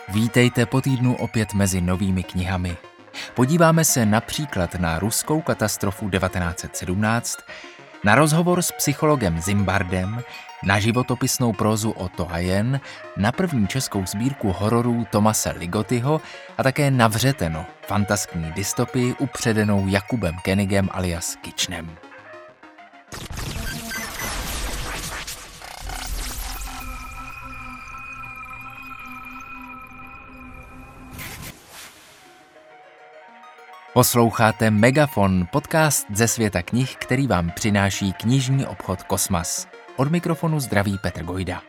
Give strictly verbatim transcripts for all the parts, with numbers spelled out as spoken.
Vítejte po týdnu opět mezi novými knihami. Podíváme se například na ruskou katastrofu devatenáct set sedmnáct, na rozhovor s psychologem Zimbardem, na životopisnou prózu o Tohajen, na první českou sbírku hororů Thomase Ligotyho a také na Vřeteno, fantaskní dystopii upředenou Jakubem Koenigem alias Kitchenem. Posloucháte Megafon, podcast ze světa knih, který vám přináší knižní obchod Kosmas. Od mikrofonu zdraví Petr Gojda.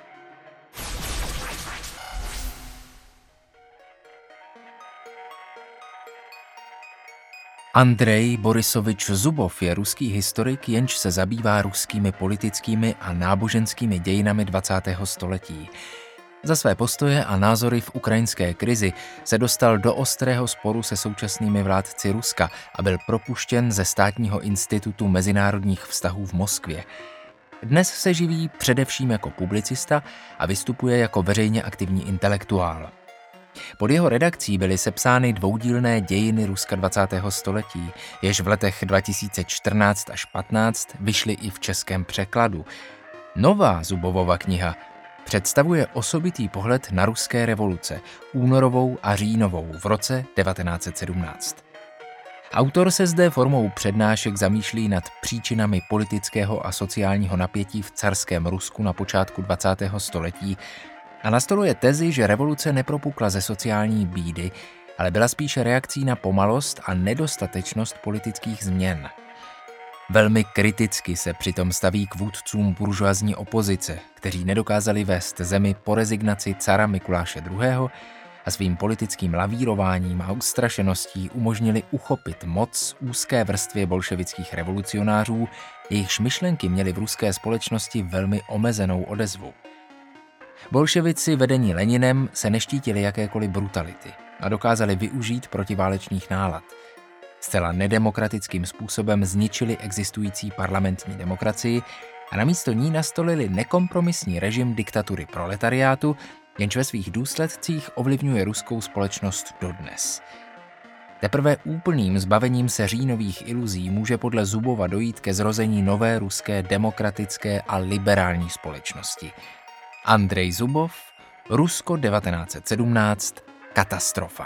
Andrej Borisovič Zubov je ruský historik, jenž se zabývá ruskými politickými a náboženskými dějinami dvacátého století. Za své postoje a názory v ukrajinské krizi se dostal do ostrého sporu se současnými vládci Ruska a byl propuštěn ze Státního institutu mezinárodních vztahů v Moskvě. Dnes se živí především jako publicista a vystupuje jako veřejně aktivní intelektuál. Pod jeho redakcí byly sepsány dvoudílné dějiny Ruska dvacátého století, jež v letech dva tisíce čtrnáct až patnáct vyšly i v českém překladu. Nová Zubovova kniha představuje osobitý pohled na ruské revoluce, únorovou a říjnovou v roce devatenáct set sedmnáct. Autor se zde formou přednášek zamýšlí nad příčinami politického a sociálního napětí v carském Rusku na počátku dvacátého století a nastoluje tezi, že revoluce nepropukla ze sociální bídy, ale byla spíše reakcí na pomalost a nedostatečnost politických změn. Velmi kriticky se přitom staví k vůdcům buržoazní opozice, kteří nedokázali vést zemi po rezignaci cara Mikuláše druhého. a svým politickým lavírováním a ustrašeností umožnili uchopit moc úzké vrstvě bolševických revolucionářů, jejichž myšlenky měly v ruské společnosti velmi omezenou odezvu. Bolševici vedení Leninem se neštítili jakékoliv brutality a dokázali využít protiválečných nálad. Zcela nedemokratickým způsobem zničili existující parlamentní demokracii a namísto ní nastolili nekompromisní režim diktatury proletariátu, jenž ve svých důsledcích ovlivňuje ruskou společnost dodnes. Teprve úplným zbavením se říjnových iluzí může podle Zubova dojít ke zrození nové ruské demokratické a liberální společnosti. Andrej Zubov, Rusko devatenáct set sedmnáct, katastrofa.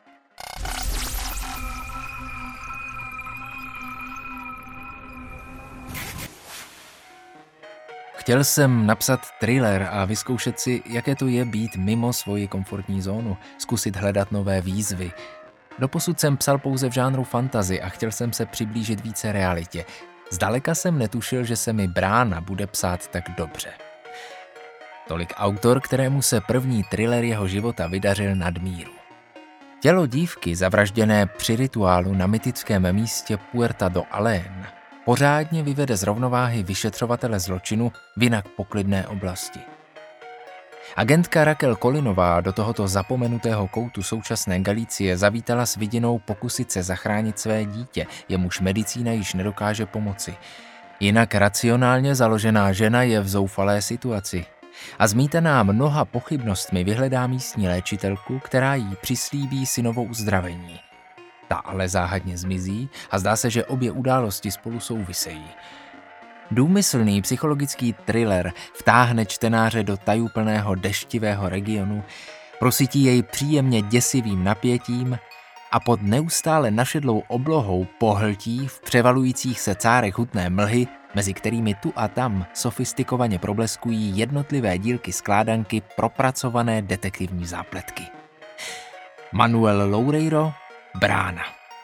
Chtěl jsem napsat thriller a vyzkoušet si, jaké to je být mimo svoji komfortní zónu, zkusit hledat nové výzvy. Doposud jsem psal pouze v žánru fantasy a chtěl jsem se přiblížit více realitě. Zdaleka jsem netušil, že se mi Brána bude psát tak dobře. Tolik autor, kterému se první thriller jeho života vydařil nad míru. Tělo dívky zavražděné při rituálu na mytickém místě Puerta do Alén pořádně vyvede z rovnováhy vyšetřovatele zločinu v jinak poklidné oblasti. Agentka Raquel Kolinová do tohoto zapomenutého koutu současné Galicie zavítala s vidinou pokusit se zachránit své dítě, jemuž medicína již nedokáže pomoci. Jinak racionálně založená žena je v zoufalé situaci a zmítaná mnoha pochybnostmi vyhledá místní léčitelku, která jí přislíbí synovo uzdravení. Ta ale záhadně zmizí a zdá se, že obě události spolu souvisejí. Důmyslný psychologický thriller vtáhne čtenáře do tajuplného deštivého regionu, prosytí jej příjemně děsivým napětím a pod neustále našedlou oblohou pohltí v převalujících se cárech hutné mlhy, mezi kterými tu a tam sofistikovaně probleskují jednotlivé dílky skládanky propracované detektivní zápletky. Manuel Loureiro, Brána.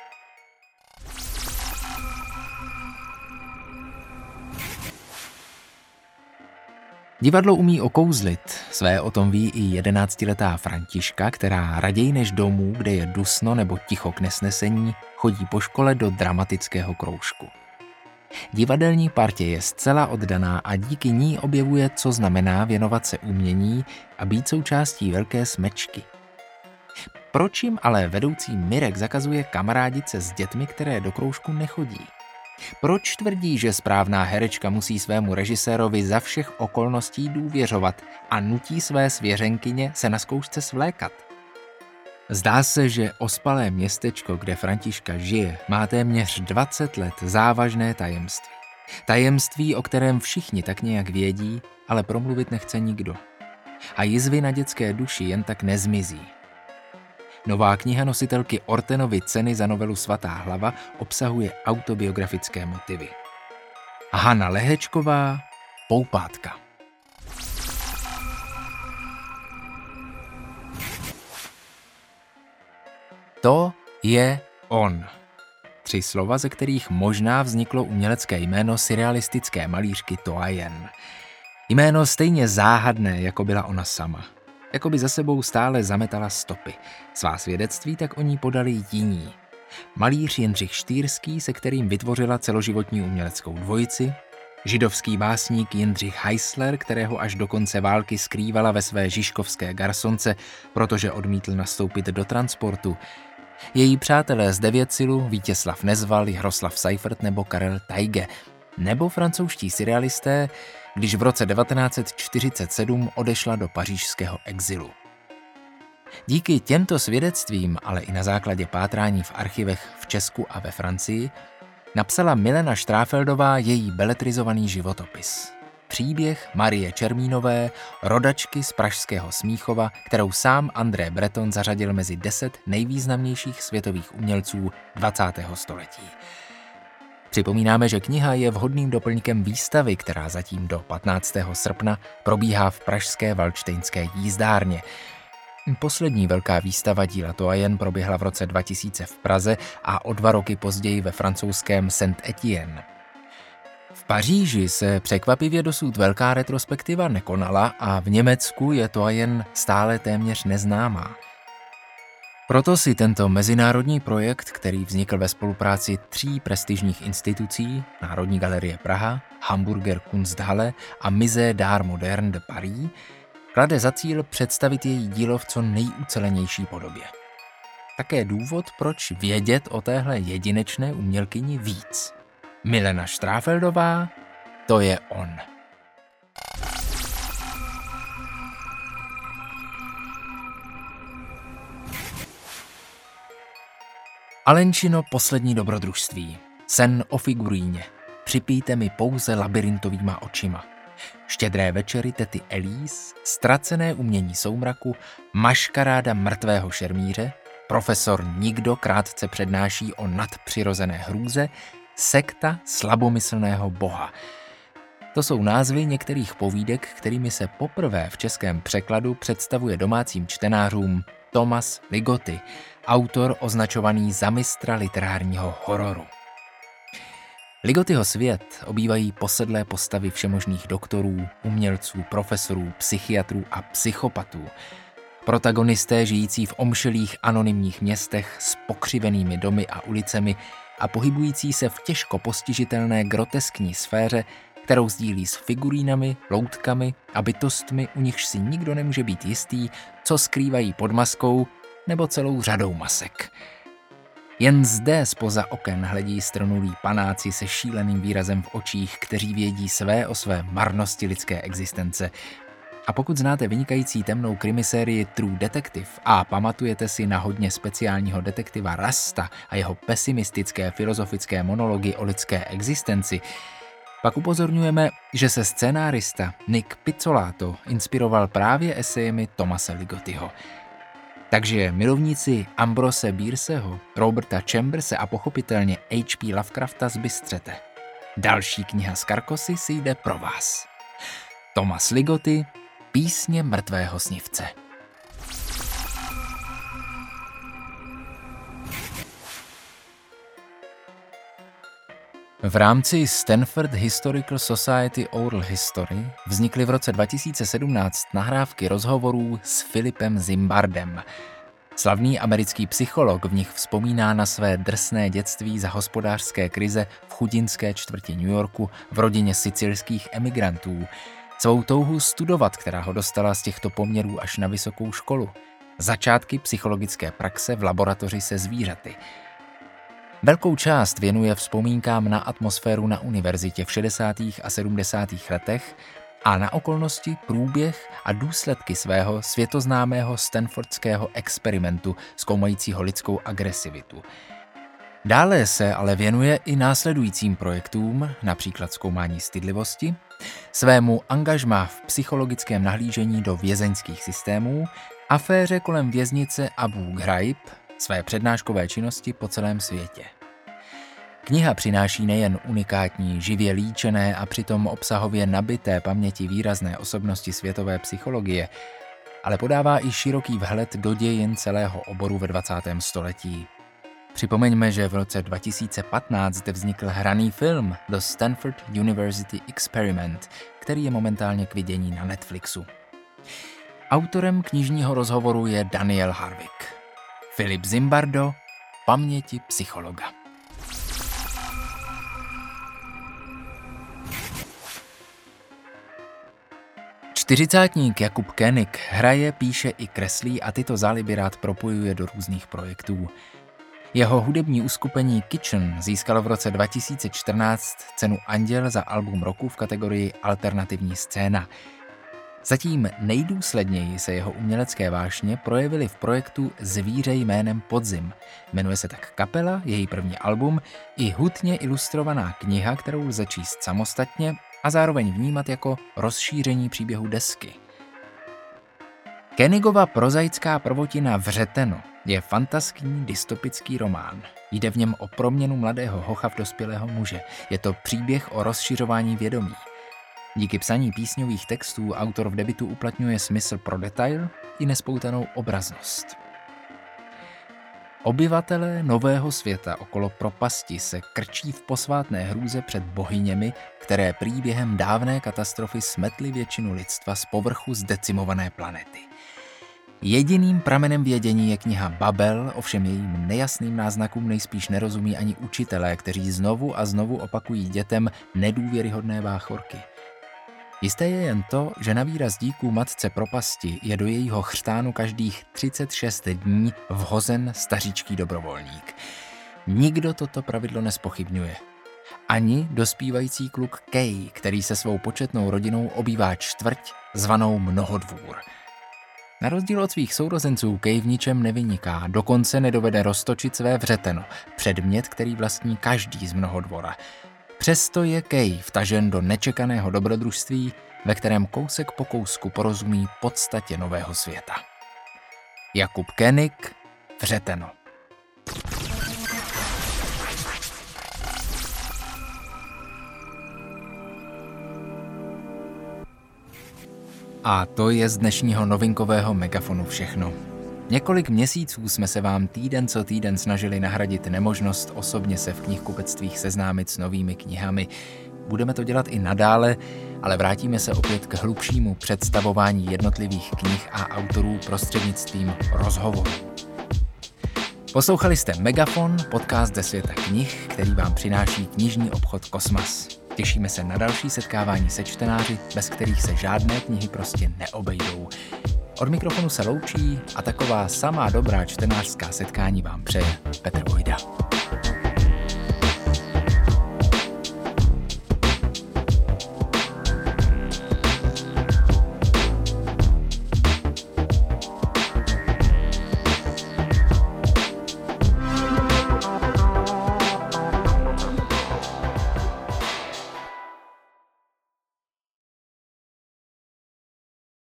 Divadlo umí okouzlit, své o tom ví i jedenáctiletá Františka, která raději než domů, kde je dusno nebo ticho k nesnesení, chodí po škole do dramatického kroužku. Divadelní partě je zcela oddaná a díky ní objevuje, co znamená věnovat se umění a být součástí velké smečky. Proč jim ale vedoucí Mirek zakazuje kamarádit se s dětmi, které do kroužku nechodí? Proč tvrdí, že správná herečka musí svému režisérovi za všech okolností důvěřovat a nutí své svěřenkyně se na zkoušce svlékat? Zdá se, že ospalé městečko, kde Františka žije, má téměř dvacet let závažné tajemství. Tajemství, o kterém všichni tak nějak vědí, ale promluvit nechce nikdo. A jizvy na dětské duši jen tak nezmizí. Nová kniha nositelky Ortenovy ceny za novelu Svatá hlava obsahuje autobiografické motivy. Hana Lehečková, Poupátka. To je on. Tři slova, ze kterých možná vzniklo umělecké jméno surrealistické malířky To Jen. Jméno stejně záhadné, jako byla ona sama. Jako by za sebou stále zametala stopy. Svá svědectví tak o ní podali jiní. Malíř Jindřich Štýrský, se kterým vytvořila celoživotní uměleckou dvojici, židovský básník Jindřich Heisler, kterého až do konce války skrývala ve své žižkovské garsonce, protože odmítl nastoupit do transportu, její přátelé z Devětsilu, Vítězslav Nezval, Jaroslav Seifert nebo Karel Tajge, nebo francouzští surrealisté, když v roce devatenáct set čtyřicet sedm odešla do pařížského exilu. Díky těmto svědectvím, ale i na základě pátrání v archivech v Česku a ve Francii, napsala Milena Štráfeldová její beletrizovaný životopis. Příběh Marie Čermínové, rodačky z pražského Smíchova, kterou sám André Breton zařadil mezi deset nejvýznamnějších světových umělců dvacátého století. Připomínáme, že kniha je vhodným doplňkem výstavy, která zatím do patnáctého srpna probíhá v pražské Valdštejnské jízdárně. Poslední velká výstava díla To Jen proběhla v roce dva tisíce v Praze a o dva roky později ve francouzském Saint-Étienne. V Paříži se překvapivě dosud velká retrospektiva nekonala a v Německu je To Jen stále téměř neznámá. Proto si tento mezinárodní projekt, který vznikl ve spolupráci tří prestižních institucí, Národní galerie Praha, Hamburger Kunsthalle a Musée d'Art Moderne de Paris, klade za cíl představit její dílo v co nejucelenější podobě. Také důvod, proč vědět o téhle jedinečné umělkyni víc. Milena Štráfeldová, to je on. Alenčino poslední dobrodružství. Sen o figuríně. Připijte mi pouze labirintovýma očima. Štědré večery tety Elise, ztracené umění soumraku, maškaráda mrtvého šermíře, profesor Nikdo krátce přednáší o nadpřirozené hrůze, sekta slabomyslného boha. To jsou názvy některých povídek, kterými se poprvé v českém překladu představuje domácím čtenářům Thomas Ligotti, autor označovaný za mistra literárního hororu. Ligottiho svět obývají posedlé postavy všemožných doktorů, umělců, profesorů, psychiatrů a psychopatů. Protagonisté žijící v omšelých anonymních městech s pokřivenými domy a ulicemi a pohybující se v těžko postižitelné groteskní sféře, kterou sdílí s figurínami, loutkami a bytostmi, u nichž si nikdo nemůže být jistý, co skrývají pod maskou nebo celou řadou masek. Jen zde zpoza oken hledí strnulí panáci se šíleným výrazem v očích, kteří vědí své o své marnosti lidské existence. A pokud znáte vynikající temnou krimisérii True Detective a pamatujete si na hodně speciálního detektiva Rasta a jeho pesimistické filozofické monology o lidské existenci, pak upozorňujeme, že se scénárista Nick Pizzolatto inspiroval právě esejemi Thomase Ligottiho. Takže milovníci Ambrose Bierceho, Roberta Chamberse a pochopitelně H P Lovecrafta zbystřete. Další kniha z Karkosy si jde pro vás. Thomas Ligotti, Písně mrtvého snivce. V rámci Stanford Historical Society Oral History vznikly v roce dva tisíce sedmnáct nahrávky rozhovorů s Philipem Zimbardem. Slavný americký psycholog v nich vzpomíná na své drsné dětství za hospodářské krize v chudinské čtvrti New Yorku v rodině sicilských emigrantů, svou touhu studovat, která ho dostala z těchto poměrů až na vysokou školu, začátky psychologické praxe v laboratoři se zvířaty. Velkou část věnuje vzpomínkám na atmosféru na univerzitě v šedesátých a sedmdesátých letech a na okolnosti, průběh a důsledky svého světoznámého stanfordského experimentu zkoumajícího lidskou agresivitu. Dále se ale věnuje i následujícím projektům, například zkoumání stydlivosti, svému angažmá v psychologickém nahlížení do vězeňských systémů, aféře kolem věznice Abu Ghraib, své přednáškové činnosti po celém světě. Kniha přináší nejen unikátní, živě líčené a přitom obsahově nabité paměti výrazné osobnosti světové psychologie, ale podává i široký vhled do dějin celého oboru ve dvacátém století. Připomeňme, že v roce dva tisíce patnáct zde vznikl hraný film The Stanford University Experiment, který je momentálně k vidění na Netflixu. Autorem knižního rozhovoru je Daniel Harvick. Filip Zimbardo, Paměti psychologa. Čtyřicátník Jakub Koenig hraje, píše i kreslí a tyto záliby rád propojuje do různých projektů. Jeho hudební uskupení Kitchen získalo v roce dva tisíce čtrnáct cenu Anděl za album roku v kategorii Alternativní scéna. Zatím nejdůsledněji se jeho umělecké vášně projevily v projektu Zvíře jménem Podzim. Jmenuje se tak kapela, její první album, i hutně ilustrovaná kniha, kterou lze číst samostatně a zároveň vnímat jako rozšíření příběhu desky. Koenigova prozaická prvotina Vřeteno je fantaskní dystopický román. Jde v něm o proměnu mladého hocha v dospělého muže. Je to příběh o rozšiřování vědomí. Díky psaní písňových textů autor v debutu uplatňuje smysl pro detail i nespoutanou obraznost. Obyvatelé nového světa okolo propasti se krčí v posvátné hrůze před bohyněmi, které prý během dávné katastrofy smetly většinu lidstva z povrchu zdecimované planety. Jediným pramenem vědění je kniha Babel, ovšem jejím nejasným náznakům nejspíš nerozumí ani učitelé, kteří znovu a znovu opakují dětem nedůvěryhodné báchorky. Jisté je jen to, že na výraz díků matce propasti je do jejího chřtánu každých třicet šest dní vhozen staříčký dobrovolník. Nikdo toto pravidlo nespochybňuje. Ani dospívající kluk Kay, který se svou početnou rodinou obývá čtvrť zvanou Mnohodvůr. Na rozdíl od svých sourozenců Kay v ničem nevyniká, dokonce nedovede roztočit své vřeteno, předmět, který vlastní každý z Mnohodvora. Přesto je Kay vtažen do nečekaného dobrodružství, ve kterém kousek po kousku porozumí podstatě nového světa. Jakub Koenig, Vřeteno. A to je z dnešního novinkového Megafonu všechno. Několik měsíců jsme se vám týden co týden snažili nahradit nemožnost osobně se v knihkupectvích seznámit s novými knihami. Budeme to dělat i nadále, ale vrátíme se opět k hlubšímu představování jednotlivých knih a autorů prostřednictvím rozhovorů. Poslouchali jste Megafon, podcast ze světa knih, který vám přináší knižní obchod Kosmas. Těšíme se na další setkávání se čtenáři, bez kterých se žádné knihy prostě neobejdou. Od mikrofonu se loučí a taková samá dobrá čtenářská setkání vám přeje Petr Vojda.